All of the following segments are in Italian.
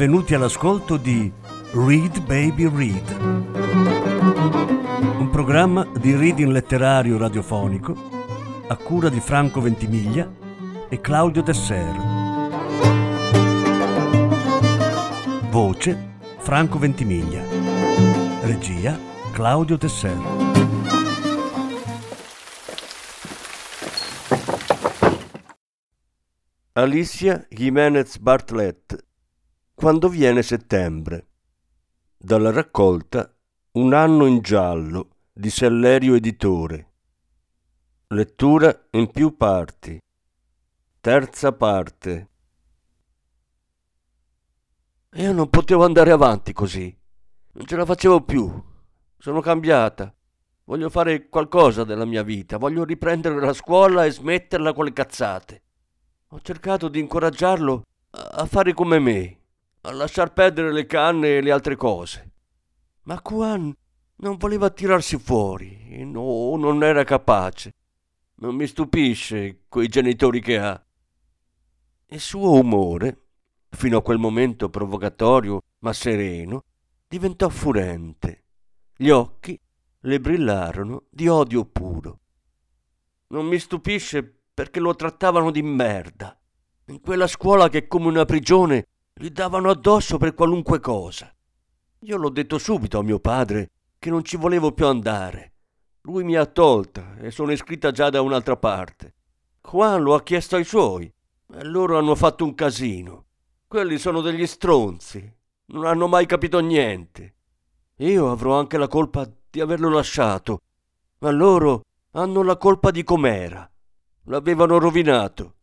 benvenuti all'ascolto di Read Baby Read, un programma di reading letterario radiofonico a cura di Franco Ventimiglia e Claudio Desser. Voce Franco Ventimiglia. Regia Claudio Desser. Alicia Jiménez Bartlett. Quando viene settembre. Dalla raccolta Un anno in giallo di Sellerio Editore. Lettura in più parti. Terza parte. Io non potevo andare avanti così. Non ce la facevo più. Sono cambiata. Voglio fare qualcosa della mia vita. Voglio riprendere la scuola e smetterla con le cazzate. Ho cercato di incoraggiarlo a fare come me, a lasciar perdere le canne e le altre cose. Ma Juan non voleva tirarsi fuori, no, non era capace. Non mi stupisce quei genitori che ha. Il suo umore, fino a quel momento provocatorio ma sereno, diventò furente. Gli occhi le brillarono di odio puro. Non mi stupisce perché lo trattavano di merda. In quella scuola che come una prigione gli davano addosso per qualunque cosa. Io l'ho detto subito a mio padre che non ci volevo più andare. Lui mi ha tolta e sono iscritta già da un'altra parte. Juan lo ha chiesto ai suoi e loro hanno fatto un casino. Quelli sono degli stronzi, non hanno mai capito niente. Io avrò anche la colpa di averlo lasciato, ma loro hanno la colpa di com'era. L'avevano rovinato.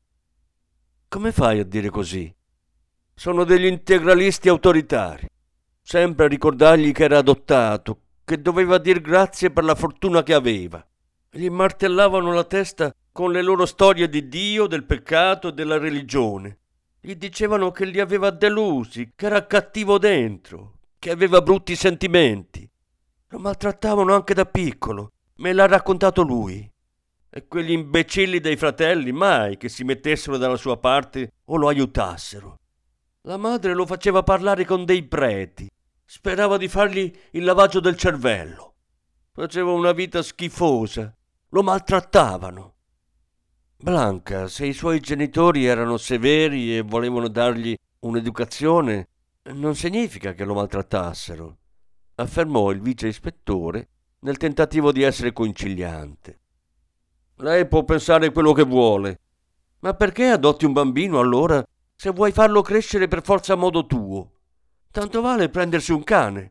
Come fai a dire così? Sono degli integralisti autoritari. Sempre a ricordargli che era adottato, che doveva dir grazie per la fortuna che aveva. Gli martellavano la testa con le loro storie di Dio, del peccato e della religione. Gli dicevano che li aveva delusi, che era cattivo dentro, che aveva brutti sentimenti. Lo maltrattavano anche da piccolo, me l'ha raccontato lui. E quegli imbecilli dei fratelli mai che si mettessero dalla sua parte o lo aiutassero. La madre lo faceva parlare con dei preti. Sperava di fargli il lavaggio del cervello. Faceva una vita schifosa. Lo maltrattavano. Blanca, se i suoi genitori erano severi e volevano dargli un'educazione, non significa che lo maltrattassero, affermò il vice ispettore nel tentativo di essere conciliante. Lei può pensare quello che vuole, ma perché adotti un bambino allora se vuoi farlo crescere per forza a modo tuo? Tanto vale prendersi un cane.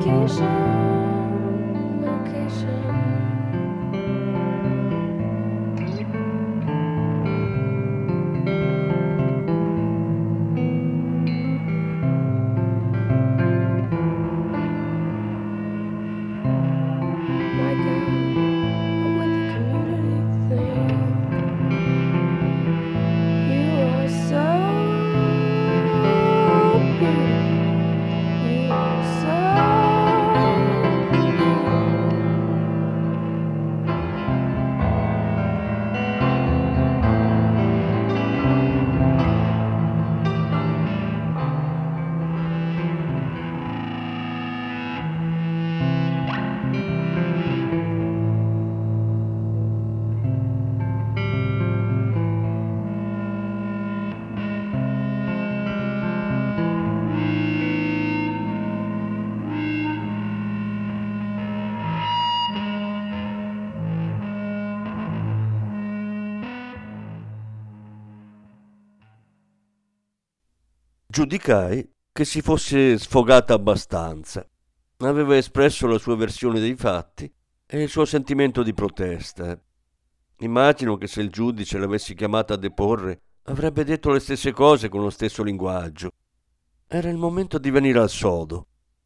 Giudicai che si fosse sfogata abbastanza. Aveva espresso la sua versione dei fatti e il suo sentimento di protesta. Immagino che se il giudice l'avessi chiamata a deporre avrebbe detto le stesse cose con lo stesso linguaggio. Era il momento di venire al sodo.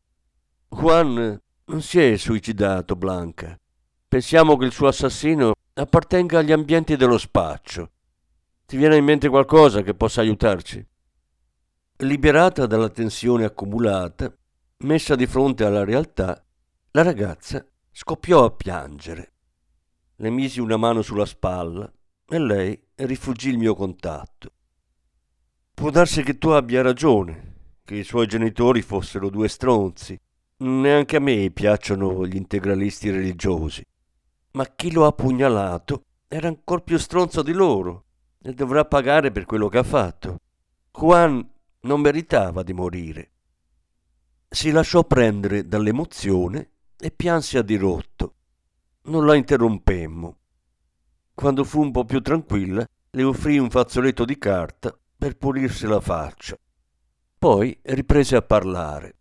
Juan non si è suicidato, Blanca. Pensiamo che il suo assassino appartenga agli ambienti dello spaccio. Ti viene in mente qualcosa che possa aiutarci? Liberata dalla tensione accumulata, messa di fronte alla realtà, la ragazza scoppiò a piangere. Le misi una mano sulla spalla e lei rifuggì il mio contatto. Può darsi che tu abbia ragione, che i suoi genitori fossero due stronzi. Neanche a me piacciono gli integralisti religiosi. Ma chi lo ha pugnalato era ancor più stronzo di loro e dovrà pagare per quello che ha fatto. Juan non meritava di morire. Si lasciò prendere dall'emozione e pianse a dirotto. Non la interrompemmo. Quando fu un po' più tranquilla, le offrì un fazzoletto di carta per pulirsi la faccia. Poi riprese a parlare.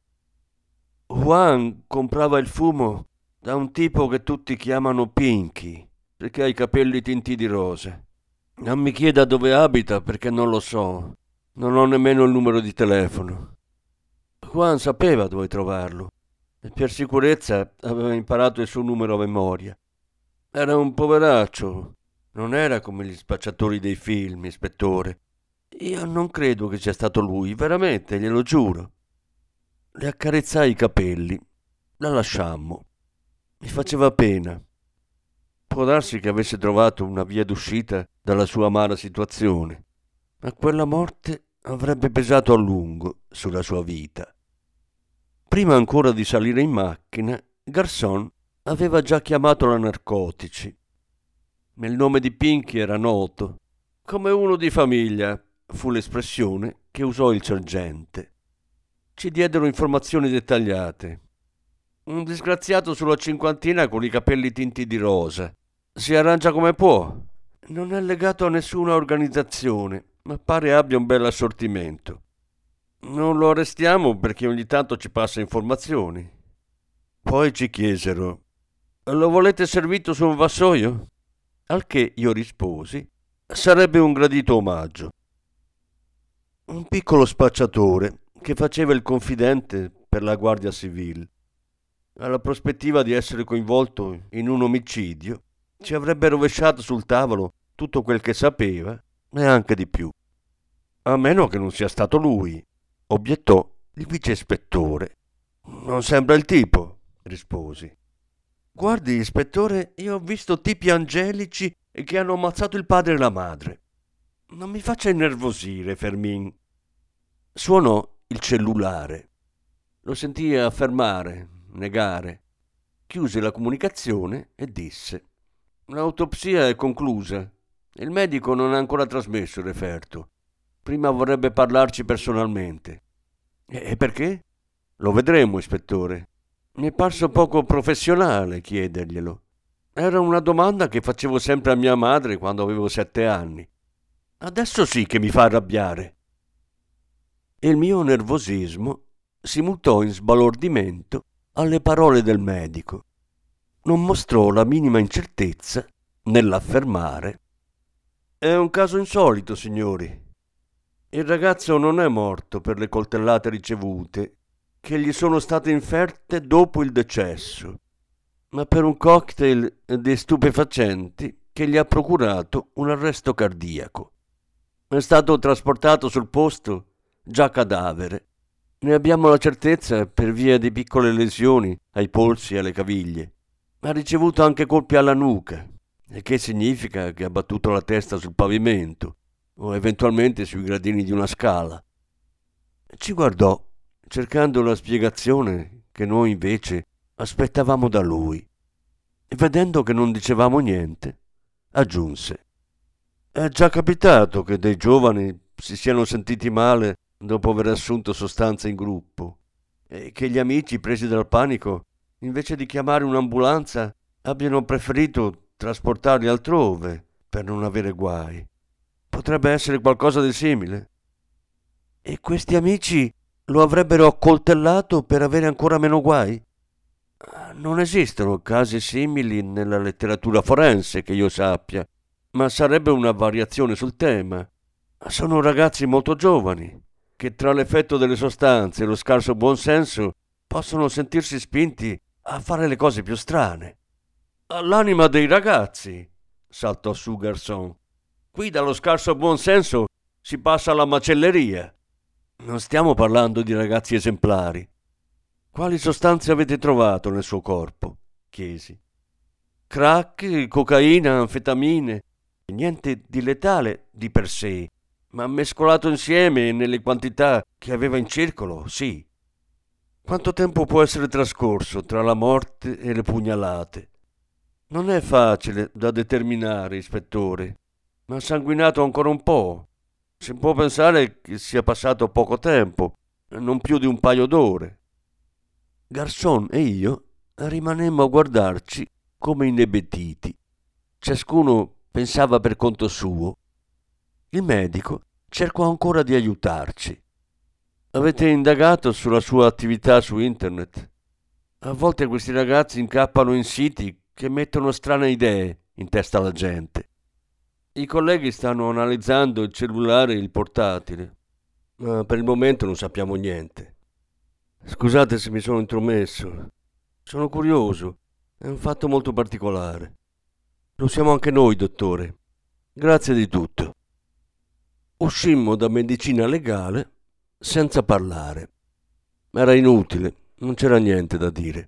Juan comprava il fumo da un tipo che tutti chiamano Pinky, perché ha i capelli tinti di rosa. Non mi chieda dove abita perché non lo so. Non ho nemmeno il numero di telefono. Juan sapeva dove trovarlo e per sicurezza aveva imparato il suo numero a memoria. Era un poveraccio, non era come gli spacciatori dei film, ispettore. Io non credo che sia stato lui, veramente, glielo giuro. Le accarezzai i capelli, la lasciammo. Mi faceva pena. Può darsi che avesse trovato una via d'uscita dalla sua amara situazione, ma quella morte avrebbe pesato a lungo sulla sua vita. Prima ancora di salire in macchina, Garçon aveva già chiamato la narcotici. Il nome di Pinky era noto. Come uno di famiglia, fu l'espressione che usò il sergente. Ci diedero informazioni dettagliate. Un disgraziato sulla cinquantina con i capelli tinti di rosa. Si arrangia come può. Non è legato a nessuna organizzazione, ma pare abbia un bel assortimento. Non lo arrestiamo perché ogni tanto ci passa informazioni. Poi ci chiesero: lo volete servito su un vassoio? Al che io risposi: sarebbe un gradito omaggio. Un piccolo spacciatore che faceva il confidente per la Guardia Civile. Alla prospettiva di essere coinvolto in un omicidio, ci avrebbe rovesciato sul tavolo tutto quel che sapeva e anche di più. A meno che non sia stato lui, obiettò il vice ispettore. Non sembra il tipo, risposi. Guardi, ispettore, io ho visto tipi angelici che hanno ammazzato il padre e la madre. Non mi faccia innervosire, Fermin. Suonò il cellulare. Lo sentii affermare, negare. Chiuse la comunicazione e disse: l'autopsia è conclusa. Il medico non ha ancora trasmesso il referto. Prima vorrebbe parlarci personalmente. E perché? Lo vedremo, ispettore. Mi è parso poco professionale chiederglielo. Era una domanda che facevo sempre a mia madre quando avevo 7 anni. Adesso sì che mi fa arrabbiare. Il mio nervosismo si mutò in sbalordimento alle parole del medico. Non mostrò la minima incertezza nell'affermare: «È un caso insolito, signori. Il ragazzo non è morto per le coltellate ricevute, che gli sono state inferte dopo il decesso, ma per un cocktail di stupefacenti che gli ha procurato un arresto cardiaco. È stato trasportato sul posto già cadavere. Ne abbiamo la certezza per via di piccole lesioni ai polsi e alle caviglie. Ha ricevuto anche colpi alla nuca, il che significa che ha battuto la testa sul pavimento o eventualmente sui gradini di una scala». Ci guardò, cercando la spiegazione che noi invece aspettavamo da lui, e vedendo che non dicevamo niente, aggiunse: «È già capitato che dei giovani si siano sentiti male dopo aver assunto sostanze in gruppo e che gli amici, presi dal panico, invece di chiamare un'ambulanza, abbiano preferito trasportarli altrove per non avere guai. Potrebbe essere qualcosa di simile. E questi amici lo avrebbero accoltellato per avere ancora meno guai? Non esistono casi simili nella letteratura forense che io sappia, ma sarebbe una variazione sul tema. Sono ragazzi molto giovani, che tra l'effetto delle sostanze e lo scarso buonsenso possono sentirsi spinti a fare le cose più strane». «All'anima dei ragazzi», saltò su Garçon. «Qui dallo scarso buonsenso si passa alla macelleria. Non stiamo parlando di ragazzi esemplari». «Quali sostanze avete trovato nel suo corpo?» chiesi. «Crack, cocaina, anfetamine. Niente di letale di per sé, ma mescolato insieme nelle quantità che aveva in circolo, sì». «Quanto tempo può essere trascorso tra la morte e le pugnalate?» «Non è facile da determinare, ispettore, ma ha sanguinato ancora un po'. Si può pensare che sia passato poco tempo, non più di un paio d'ore». Garçon e io rimanemmo a guardarci come inebetiti. Ciascuno pensava per conto suo. Il medico cercò ancora di aiutarci. «Avete indagato sulla sua attività su internet? A volte questi ragazzi incappano in siti che mettono strane idee in testa alla gente. I colleghi stanno analizzando il cellulare e il portatile, ma per il momento non sappiamo niente. Scusate se mi sono intromesso. Sono curioso. È un fatto molto particolare. Lo siamo anche noi, dottore. Grazie di tutto». Uscimmo da medicina legale senza parlare. Era inutile, non c'era niente da dire.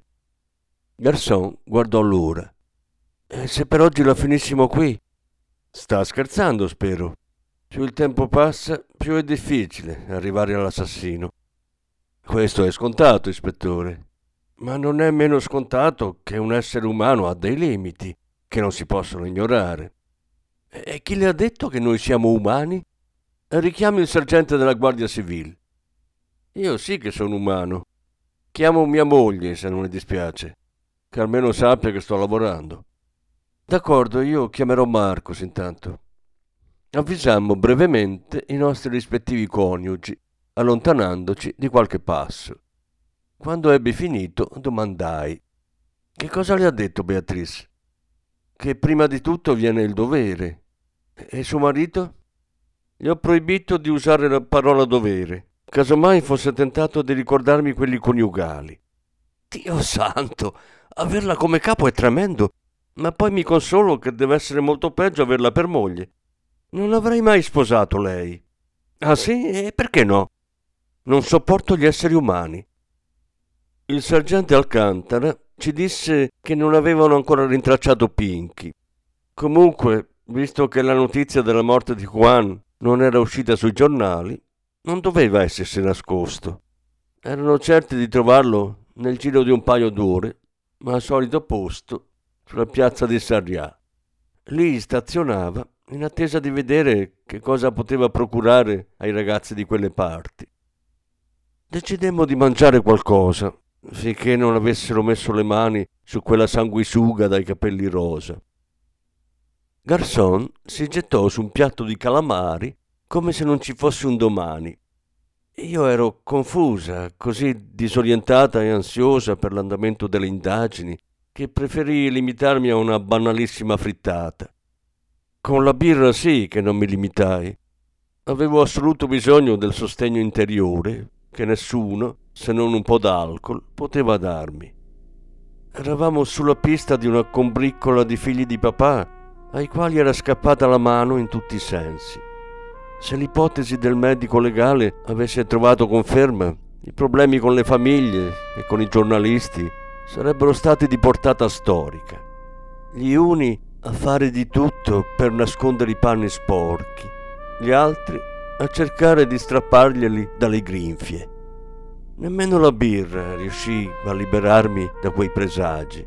Garçon guardò l'ora. «E se per oggi la finissimo qui?» «Sta scherzando, spero. Più il tempo passa, più è difficile arrivare all'assassino». «Questo è scontato, ispettore, ma non è meno scontato che un essere umano ha dei limiti che non si possono ignorare». «E chi le ha detto che noi siamo umani?» «Richiami il sergente della Guardia Civile». «Io sì che sono umano. Chiamo mia moglie se non le dispiace, che almeno sappia che sto lavorando». «D'accordo, io chiamerò Marcos intanto». Avvisammo brevemente i nostri rispettivi coniugi, allontanandoci di qualche passo. Quando ebbi finito, domandai: «Che cosa le ha detto Beatrice?» «Che prima di tutto viene il dovere». «E suo marito?» «Gli ho proibito di usare la parola dovere, casomai fosse tentato di ricordarmi quelli coniugali». «Dio santo, averla come capo è tremendo, ma poi mi consolo che deve essere molto peggio averla per moglie. Non avrei mai sposato lei». «Ah sì? E perché no?» «Non sopporto gli esseri umani». Il sergente Alcantara ci disse che non avevano ancora rintracciato Pinky. Comunque, visto che la notizia della morte di Juan non era uscita sui giornali, non doveva essersi nascosto. Erano certi di trovarlo nel giro di un paio d'ore, ma al solito posto, sulla piazza di Sarrià. Lì stazionava in attesa di vedere che cosa poteva procurare ai ragazzi di quelle parti. Decidemmo di mangiare qualcosa, finché non avessero messo le mani su quella sanguisuga dai capelli rosa. Garçon si gettò su un piatto di calamari come se non ci fosse un domani. Io ero confusa, così disorientata e ansiosa per l'andamento delle indagini, che preferii limitarmi a una banalissima frittata. Con la birra sì che non mi limitai. Avevo assoluto bisogno del sostegno interiore che nessuno, se non un po' d'alcol, poteva darmi. Eravamo sulla pista di una combriccola di figli di papà, ai quali era scappata la mano in tutti i sensi. Se l'ipotesi del medico legale avesse trovato conferma, i problemi con le famiglie e con i giornalisti sarebbero stati di portata storica. Gli uni a fare di tutto per nascondere i panni sporchi, gli altri a cercare di strapparglieli dalle grinfie. Nemmeno la birra riuscì a liberarmi da quei presagi.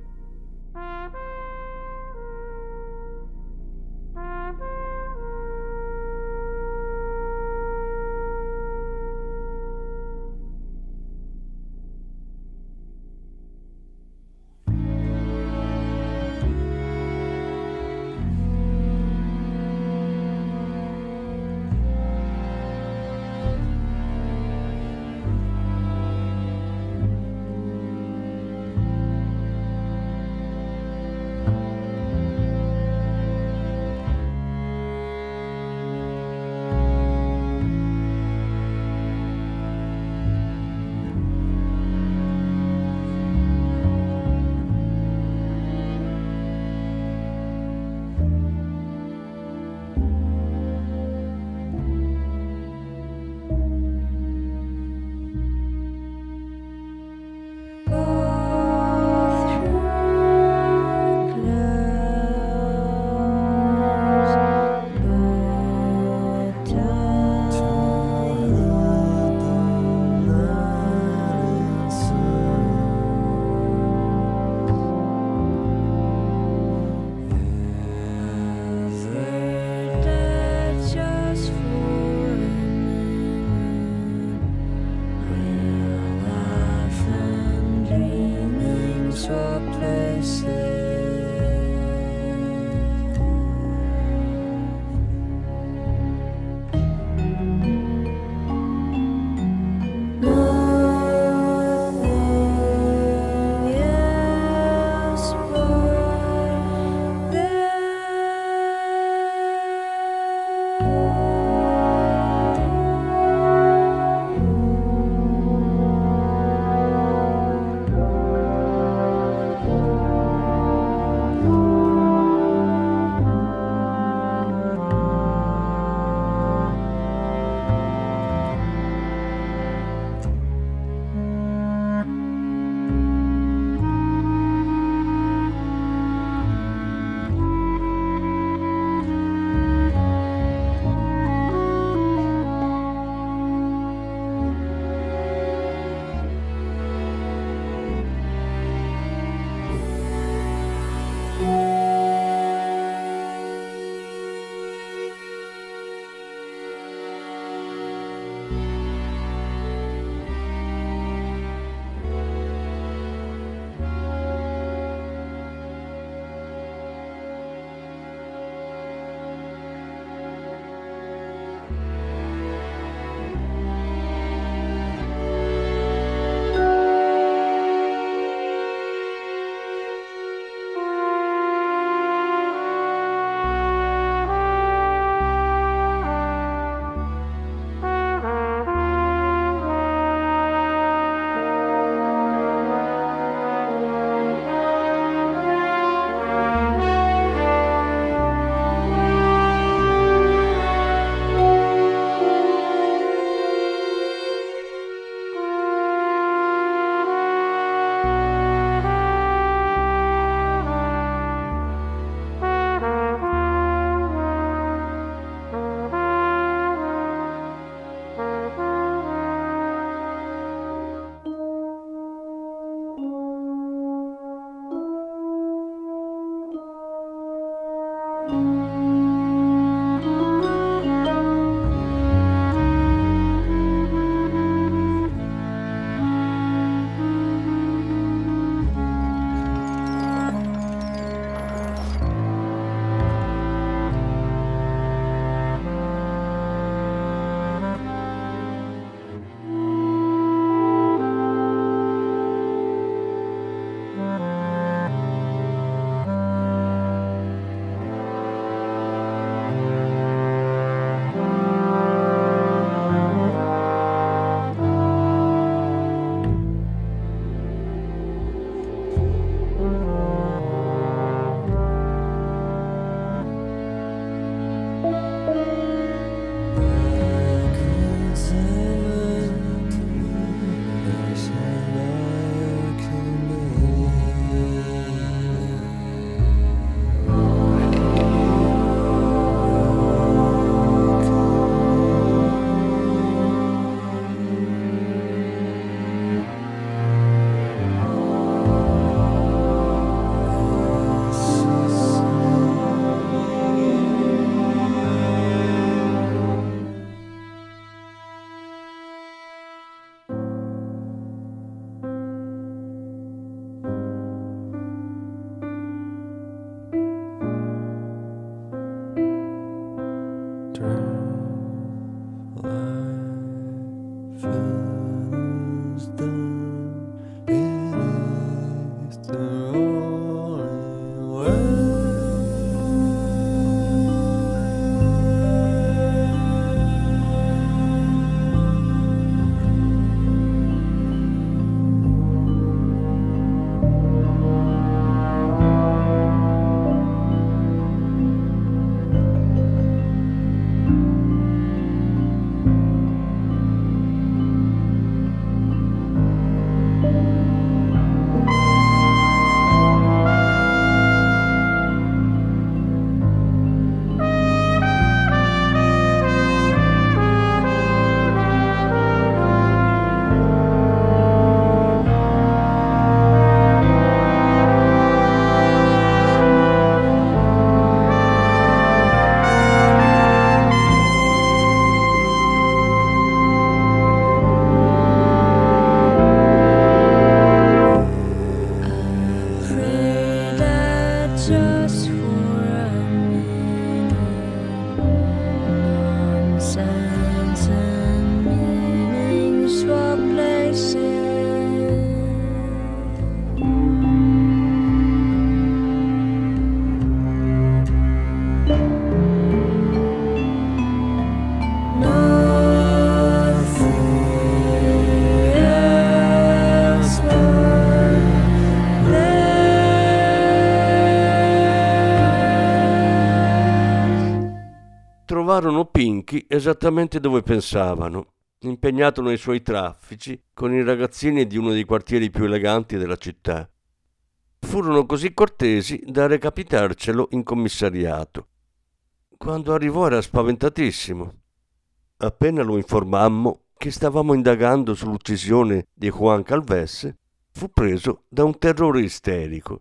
trovarono Pinky esattamente dove pensavano, impegnato nei suoi traffici con i ragazzini di uno dei quartieri più eleganti della città. Furono così cortesi da recapitarcelo in commissariato. Quando arrivò era spaventatissimo. Appena lo informammo che stavamo indagando sull'uccisione di Juan Calves, fu preso da un terrore isterico.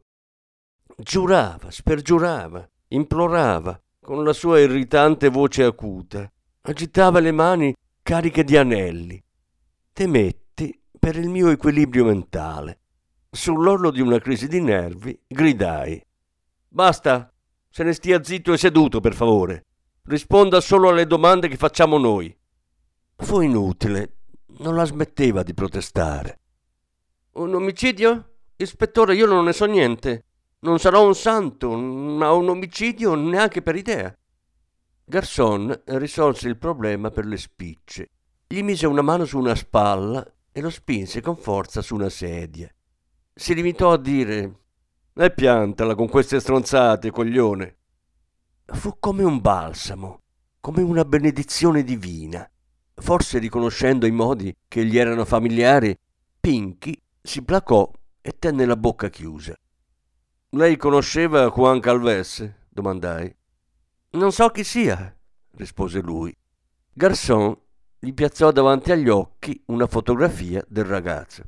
Giurava, spergiurava, implorava, con la sua irritante voce acuta, agitava le mani cariche di anelli. Temetti per il mio equilibrio mentale. Sull'orlo di una crisi di nervi gridai: «Basta! Se ne stia zitto e seduto, per favore. Risponda solo alle domande che facciamo noi». Fu inutile, non la smetteva di protestare. «Un omicidio? Ispettore, io non ne so niente. Non sarò un santo, ma un omicidio neanche per idea». Garçon risolse il problema per le spicce. Gli mise una mano su una spalla e lo spinse con forza su una sedia. Si limitò a dire: «E piantala con queste stronzate, coglione». Fu come un balsamo, come una benedizione divina. Forse riconoscendo i modi che gli erano familiari, Pinky si placò e tenne la bocca chiusa. «Lei conosceva Juan Calves?» domandai. «Non so chi sia», rispose lui. Garçon gli piazzò davanti agli occhi una fotografia del ragazzo.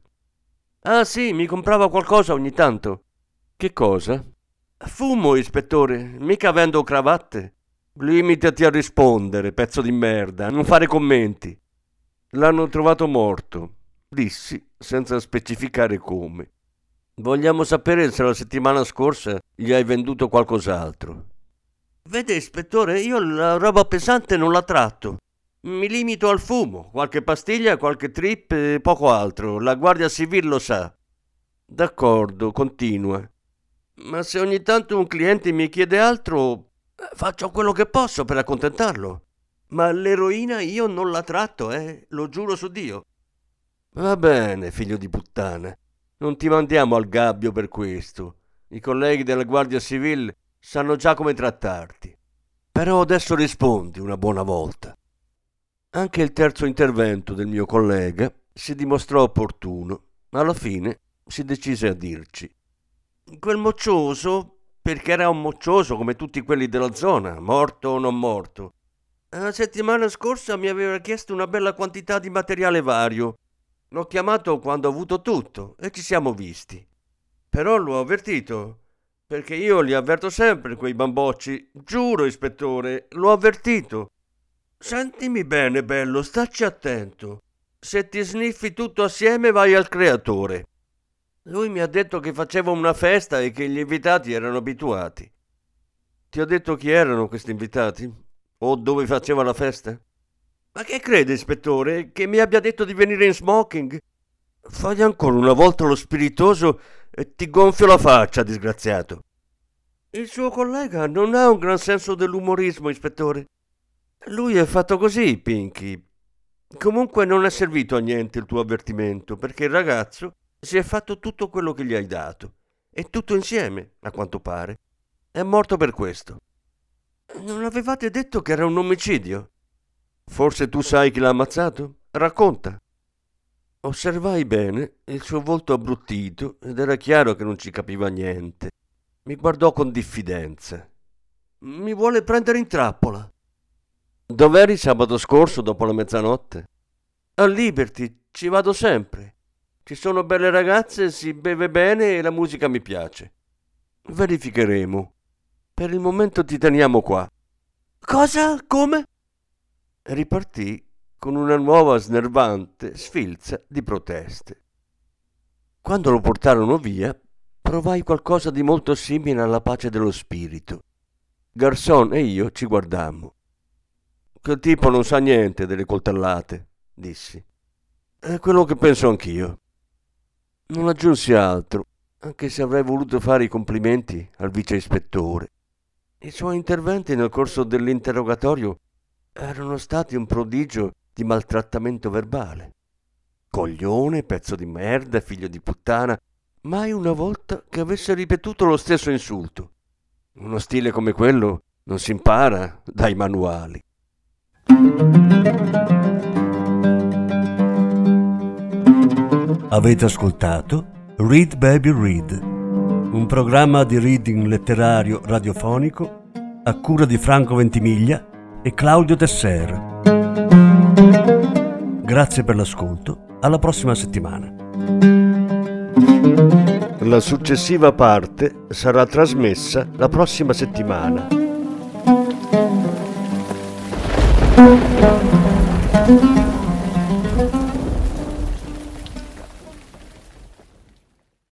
«Ah sì, mi comprava qualcosa ogni tanto». «Che cosa?» «Fumo, ispettore, mica vendo cravatte». «Limitati a rispondere, pezzo di merda, non fare commenti». «L'hanno trovato morto», dissi senza specificare come. «Vogliamo sapere se la settimana scorsa gli hai venduto qualcos'altro». «Vede, ispettore, io la roba pesante non la tratto. Mi limito al fumo, qualche pastiglia, qualche trip e poco altro. La Guardia Civile lo sa». «D'accordo, continua». «Ma se ogni tanto un cliente mi chiede altro, faccio quello che posso per accontentarlo. Ma l'eroina io non la tratto, lo giuro su Dio». «Va bene, figlio di puttana. Non ti mandiamo al gabbio per questo. I colleghi della Guardia Civile sanno già come trattarti. Però adesso rispondi una buona volta». Anche il terzo intervento del mio collega si dimostrò opportuno. Alla fine si decise a dirci: «Quel moccioso, perché era un moccioso come tutti quelli della zona, morto o non morto, la settimana scorsa mi aveva chiesto una bella quantità di materiale vario. L'ho chiamato quando ho avuto tutto e ci siamo visti. Però l'ho avvertito, perché io li avverto sempre quei bambocci. Giuro, ispettore, l'ho avvertito. Sentimi bene, bello, stacci attento. Se ti sniffi tutto assieme vai al creatore». Lui mi ha detto che faceva una festa e che gli invitati erano abituati. «Ti ho detto chi erano questi invitati? O dove faceva la festa?» «Ma che crede, ispettore? Che mi abbia detto di venire in smoking?» «Fai ancora una volta lo spiritoso e ti gonfio la faccia, disgraziato». «Il suo collega non ha un gran senso dell'umorismo, ispettore. Lui è fatto così, Pinky. Comunque non è servito a niente il tuo avvertimento, perché il ragazzo si è fatto tutto quello che gli hai dato, e tutto insieme, a quanto pare. È morto per questo». «Non avevate detto che era un omicidio?» «Forse tu sai chi l'ha ammazzato? Racconta». Osservai bene il suo volto abbruttito ed era chiaro che non ci capiva niente. Mi guardò con diffidenza. «Mi vuole prendere in trappola». «Dov'eri sabato scorso dopo la mezzanotte?» «A Liberty, ci vado sempre. Ci sono belle ragazze, si beve bene e la musica mi piace». «Verificheremo. Per il momento ti teniamo qua». «Cosa? Come?» Ripartì con una nuova snervante sfilza di proteste. Quando lo portarono via, provai qualcosa di molto simile alla pace dello spirito. Garçon e io ci guardammo. «Quel tipo non sa niente delle coltellate», dissi. «È quello che penso anch'io». Non aggiunsi altro, anche se avrei voluto fare i complimenti al vice ispettore. I suoi interventi nel corso dell'interrogatorio erano stati un prodigio di maltrattamento verbale. Coglione, pezzo di merda, figlio di puttana, mai una volta che avesse ripetuto lo stesso insulto. Uno stile come quello non si impara dai manuali. Avete ascoltato Read Baby Read, un programma di reading letterario radiofonico a cura di Franco Ventimiglia e Claudio Tesser. Grazie per l'ascolto, alla prossima settimana. La successiva parte sarà trasmessa la prossima settimana.